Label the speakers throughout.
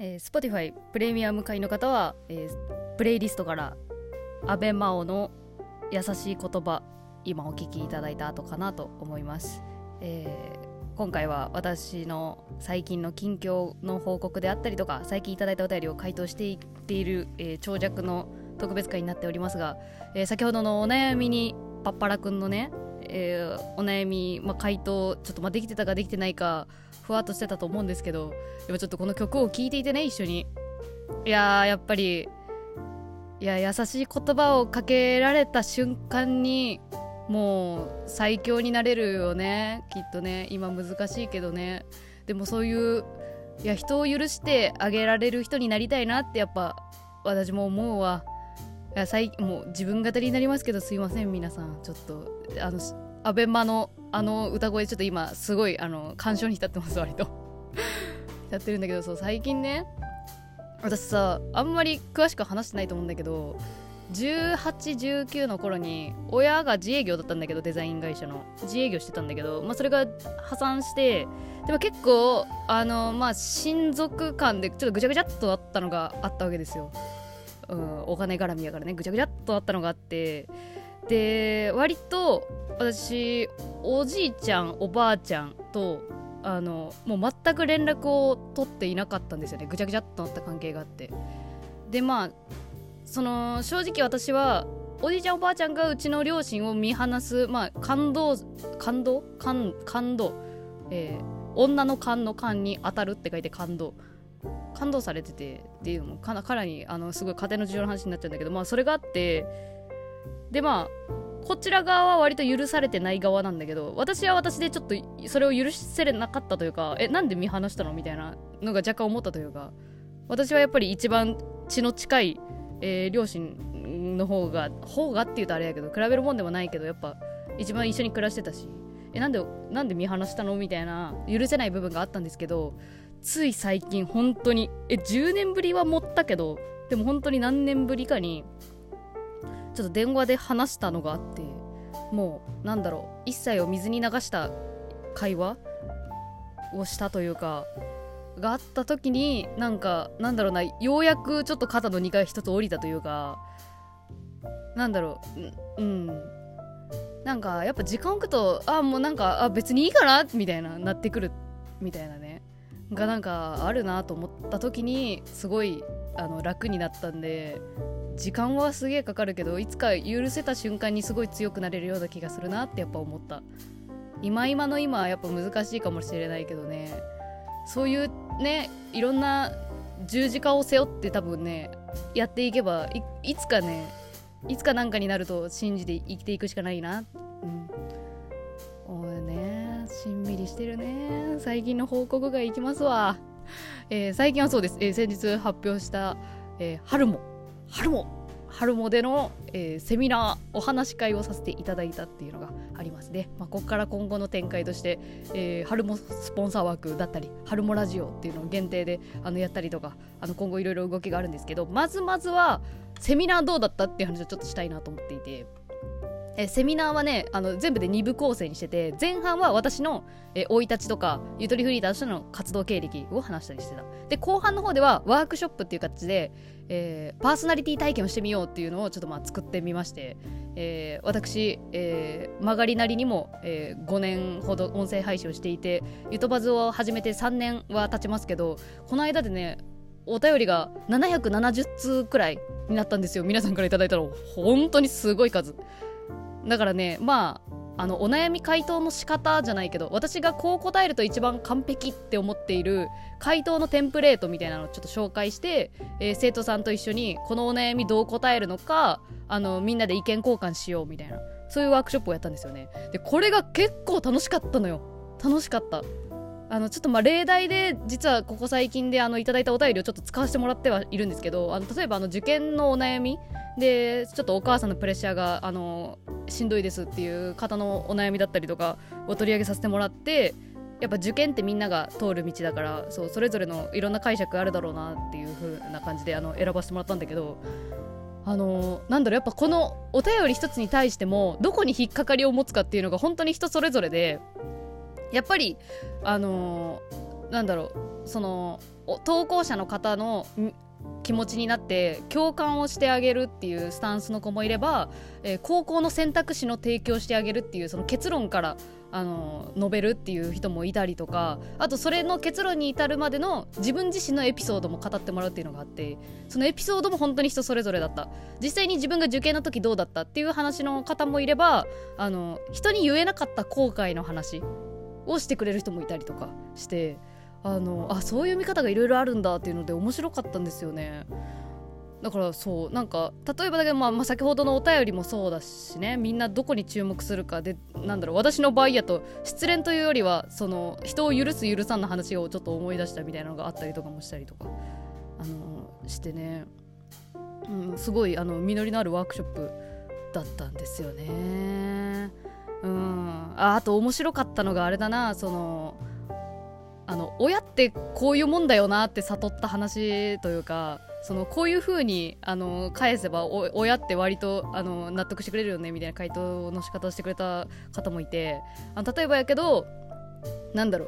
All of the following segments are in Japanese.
Speaker 1: Spotify プレミアム会の方は、プレイリストから安倍真央の優しい言葉、今お聞きいただいた後かなと思います。今回は私の最近の近況の報告であったりとか、最近いただいたお便りを回答していっている、長尺の特別会になっておりますが、先ほどのお悩みにパッパラくんのね、お悩み、回答ちょっとできてたかできてないかふわっとしてたと思うんですけど、今ちょっとこの曲を聴いていてね、一緒にやっぱり優しい言葉をかけられた瞬間にもう最強になれるよね、きっとね。今難しいけどね、でもそういう人を許してあげられる人になりたいなってやっぱ私も思うわ。もう自分語りになりますけど、すいません皆さん。ちょっとアベマの歌声ちょっと今すごい感傷に浸ってます。割と浸ってるんだけど、そう最近ね、私さあんまり詳しく話してないと思うんだけど、18、19の頃に親が自営業だったんだけど、デザイン会社の自営業してたんだけど、それが破産して、でも結構親族間でちょっとぐちゃぐちゃっとあったのがあったわけですよ。お金絡みやからね、ぐちゃぐちゃっとあったのがあって、で割と私おじいちゃんおばあちゃんともう全く連絡を取っていなかったんですよね。ぐちゃぐちゃっとなった関係があって、で正直私はおじいちゃんおばあちゃんがうちの両親を見放す、感動、女の勘の勘に当たるって書いて感動されててっていうのもかなりすごい家庭の事情の話になっちゃうんだけど、それがあって、でこちら側は割と許されてない側なんだけど、私は私でちょっとそれを許せれなかったというか、なんで見放したのみたいなのが若干思ったというか、私はやっぱり一番血の近い、両親の方がって言うとあれやけど、比べるもんでもないけど、やっぱ一番一緒に暮らしてたし、なんで見放したのみたいな許せない部分があったんですけど、つい最近本当に10年ぶりは持ったけど、でも本当に何年ぶりかにちょっと電話で話したのがあって、もう一切を水に流した会話をしたというかがあった時に、ようやくちょっと肩の荷が一つ降りたというか、やっぱ時間置くと別にいいかなみたいなってくるみたいなねがあるなと思った時に、すごい楽になったんで、時間はすげえかかるけど、いつか許せた瞬間にすごい強くなれるような気がするなってやっぱ思った。今はやっぱ難しいかもしれないけどね、そういうね、いろんな十字架を背負って多分ねやっていけば、いつかなんかになると信じて生きていくしかないな。しんみりしてるね。最近の報告がいきますわ。最近はそうです、先日発表した、春もでの、セミナーお話し会をさせていただいたっていうのがありますね。ここから今後の展開として、春もスポンサー枠だったり、春もラジオっていうのを限定でやったりとか、今後いろいろ動きがあるんですけど、まずはセミナーどうだったっていう話をちょっとしたいなと思っていて、セミナーはね全部で2部構成にしてて、前半は私の生い立ちとかゆとりフリーターとしての活動経歴を話したりしてた。で後半の方ではワークショップっていう形で、パーソナリティ体験をしてみようっていうのをちょっと作ってみまして、私、曲がりなりにも、5年ほど音声配信をしていて、ゆとばずを始めて3年は経ちますけど、この間でねお便りが770通くらいになったんですよ。皆さんからいただいたの本当にすごい数だからね、お悩み回答の仕方じゃないけど、私がこう答えると一番完璧って思っている回答のテンプレートみたいなのをちょっと紹介して、生徒さんと一緒にこのお悩みどう答えるのかみんなで意見交換しようみたいな、そういうワークショップをやったんですよね。でこれが結構楽しかったのよ。楽しかった。ちょっと例題で実はここ最近でいただいたお便りをちょっと使わせてもらってはいるんですけど、例えば受験のお悩みでちょっとお母さんのプレッシャーがしんどいですっていう方のお悩みだったりとかを取り上げさせてもらって、やっぱ受験ってみんなが通る道だから、それぞれのいろんな解釈あるだろうなっていう風な感じで選ばせてもらったんだけど、やっぱこのお便り一つに対してもどこに引っかかりを持つかっていうのが本当に人それぞれで、やっぱりなんだろう、その投稿者の方の気持ちになって共感をしてあげるっていうスタンスの子もいれば、高校の選択肢の提供してあげるっていうその結論から述べるっていう人もいたりとか、あとそれの結論に至るまでの自分自身のエピソードも語ってもらうっていうのがあって、そのエピソードも本当に人それぞれだった。実際に自分が受験の時どうだったっていう話の方もいれば、人に言えなかった後悔の話をしてくれる人もいたりとかして、そういう見方がいろいろあるんだっていうので面白かったんですよね。だからそう、なんか例えばだけど、先ほどのお便りもそうだしね、みんなどこに注目するかで、なんだろう、私の場合やと失恋というよりはその人を許す許さんの話をちょっと思い出したみたいなのがあったりとかもしたりとかしてね、すごい実りのあるワークショップだったんですよね。あと面白かったのがあれだな、その親ってこういうもんだよなって悟った話というか、そのこういう風に返せば親って割と納得してくれるよねみたいな回答の仕方をしてくれた方もいて、例えばやけどなんだろ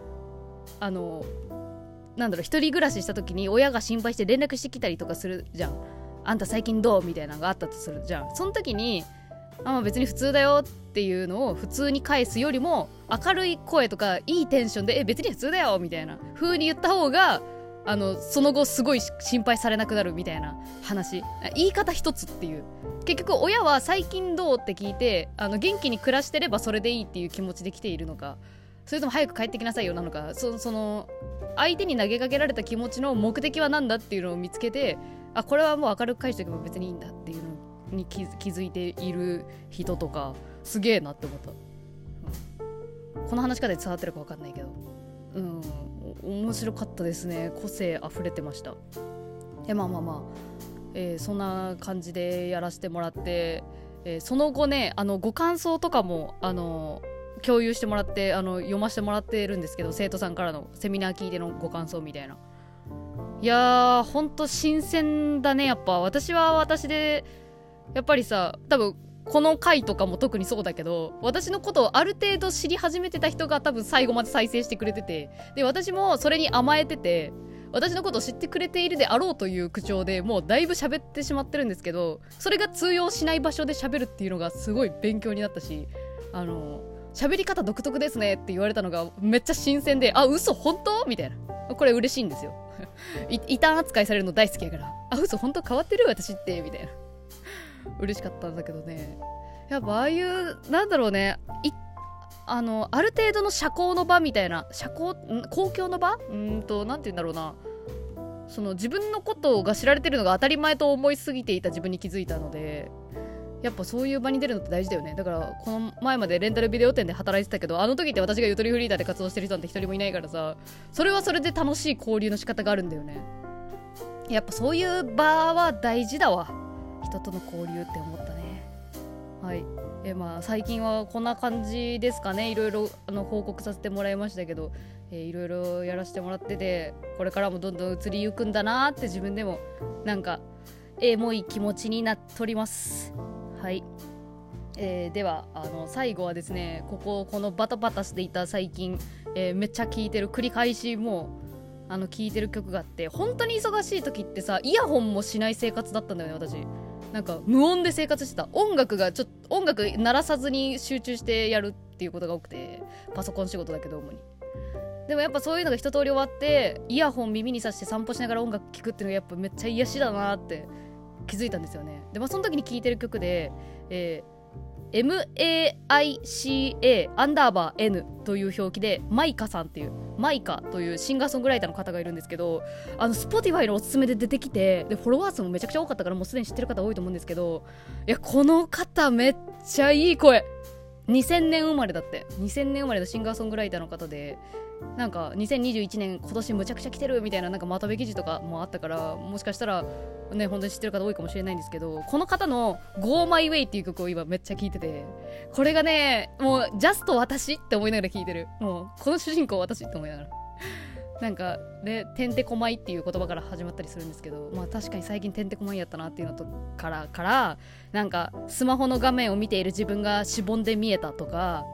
Speaker 1: う一人暮らしした時に親が心配して連絡してきたりとかするじゃん。あんた最近どうみたいなのがあったとするじゃん。その時に別に普通だよっていうのを普通に返すよりも、明るい声とかいいテンションで別に普通だよみたいな風に言った方がその後すごい心配されなくなるみたいな話。言い方一つっていう、結局親は最近どうって聞いて元気に暮らしてればそれでいいっていう気持ちで来ているのか、それとも早く帰ってきなさいよなのか、その相手に投げかけられた気持ちの目的は何だっていうのを見つけて、これはもう明るく返しておけば別にいいんだっていうのに気づいている人とかすげえなって思った、この話し方で伝わってるか分かんないけど、面白かったですね。個性あふれてました。そんな感じでやらせてもらって、その後ねご感想とかも共有してもらって読ませてもらってるんですけど、生徒さんからのセミナー聞いてのご感想みたいな。いやーほんと新鮮だね。やっぱ私は私でやっぱりさ、多分この回とかも特にそうだけど、私のことをある程度知り始めてた人が多分最後まで再生してくれてて、で私もそれに甘えてて、私のことを知ってくれているであろうという口調でもうだいぶ喋ってしまってるんですけど、それが通用しない場所で喋るっていうのがすごい勉強になったし、喋り方独特ですねって言われたのがめっちゃ新鮮で、嘘本当みたいな、これ嬉しいんですよ異端扱いされるの大好きやから、嘘本当変わってる私ってみたいな嬉しかったんだけどね。やっぱああいうなんだろうね、ある程度の社交の場みたいな、公共の場なんて言うんだろうな、その自分のことが知られてるのが当たり前と思いすぎていた自分に気づいたので、やっぱそういう場に出るのって大事だよね。だからこの前までレンタルビデオ店で働いてたけど、あの時って私がゆとりフリーダーで活動してる人なんて一人もいないからさ、それはそれで楽しい交流の仕方があるんだよね。やっぱそういう場は大事だわ、人との交流って思ったね。はい。最近はこんな感じですかね。いろいろ報告させてもらいましたけど、いろいろやらせてもらってて、これからもどんどん移りゆくんだなって自分でもなんかエモい気持ちになっております。はい。では最後はですね、このバタバタしていた最近、めっちゃ聴いてる、繰り返しもう聴いてる曲があって、本当に忙しい時ってさ、イヤホンもしない生活だったんだよね私。なんか無音で生活してた。音楽鳴らさずに集中してやるっていうことが多くて、パソコン仕事だけど主に。でもやっぱそういうのが一通り終わってイヤホン耳にさして散歩しながら音楽聴くっていうのがやっぱめっちゃ癒しだなって気づいたんですよね。でその時に聴いてる曲で、MAICA_N という表記でマイカさんっていう、マイカというシンガーソングライターの方がいるんですけど、Spotify のおすすめで出てきて、でフォロワー数もめちゃくちゃ多かったからもうすでに知ってる方多いと思うんですけど、いやこの方めっちゃいい声。2000年生まれだって。2000年生まれのシンガーソングライターの方で、なんか2021年今年むちゃくちゃ来てるみたいな、なんかまとめ記事とかもあったから、もしかしたらね本当に知ってる方多いかもしれないんですけど、この方の Go My Way っていう曲を今めっちゃ聴いてて、これがねもうジャスト私って思いながら聴いてる。もうこの主人公私って思いながらなんかね、てんてこまいっていう言葉から始まったりするんですけど、確かに最近てんてこまいやったなっていうのとからなんかスマホの画面を見ている自分がしぼんで見えたとか、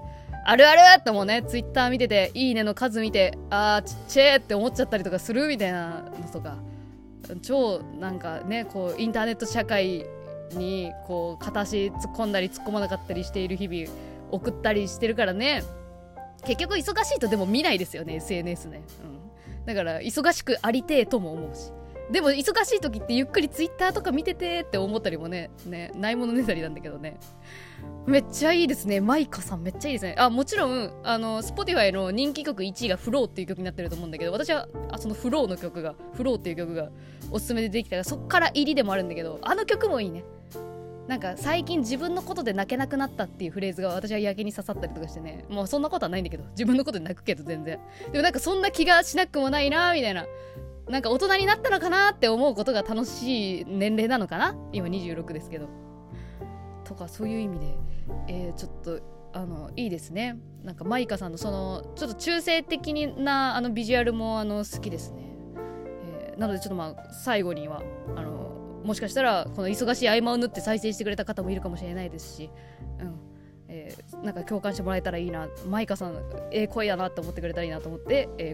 Speaker 1: あるあるってもうね、ツイッター見てて、いいねの数見て、ちっちゃいって思っちゃったりとかするみたいなのとか、超なんかね、こう、インターネット社会に、こう、片足突っ込んだり突っ込まなかったりしている日々、送ったりしてるからね、結局忙しいとでも見ないですよね、 SNS ね、だから忙しくありてえとも思うし、でも忙しい時ってゆっくりツイッターとか見ててって思ったりもねないものねだりなんだけどね。めっちゃいいですね。マイカさんめっちゃいいですね。もちろんSpotify の人気曲1位がフローっていう曲になってると思うんだけど、私はそのフローっていう曲がおすすめでできたから、そっから入りでもあるんだけど、あの曲もいいね。なんか最近自分のことで泣けなくなったっていうフレーズが私はやけに刺さったりとかしてね、もうそんなことはないんだけど、自分のことで泣くけど全然。でもなんかそんな気がしなくもないなみたいな、なんか大人になったのかなって思うことが楽しい年齢なのかな、今26ですけどとか、そういう意味で、ちょっといいですね。なんかマイカさんのそのちょっと中性的なビジュアルも好きですね。なのでちょっと最後にはもしかしたらこの忙しい合間を縫って再生してくれた方もいるかもしれないですし、なんか共感してもらえたらいいな、マイカさん声だなって思ってくれたらいいなと思って、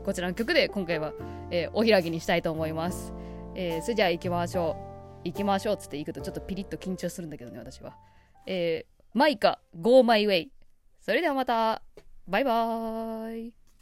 Speaker 1: こちらの曲で今回は、お開きにしたいと思います。それじゃあ行きましょうっつって行くとちょっとピリッと緊張するんだけどね、私は。マイカ Go My Way。 それではまた、バイバーイ。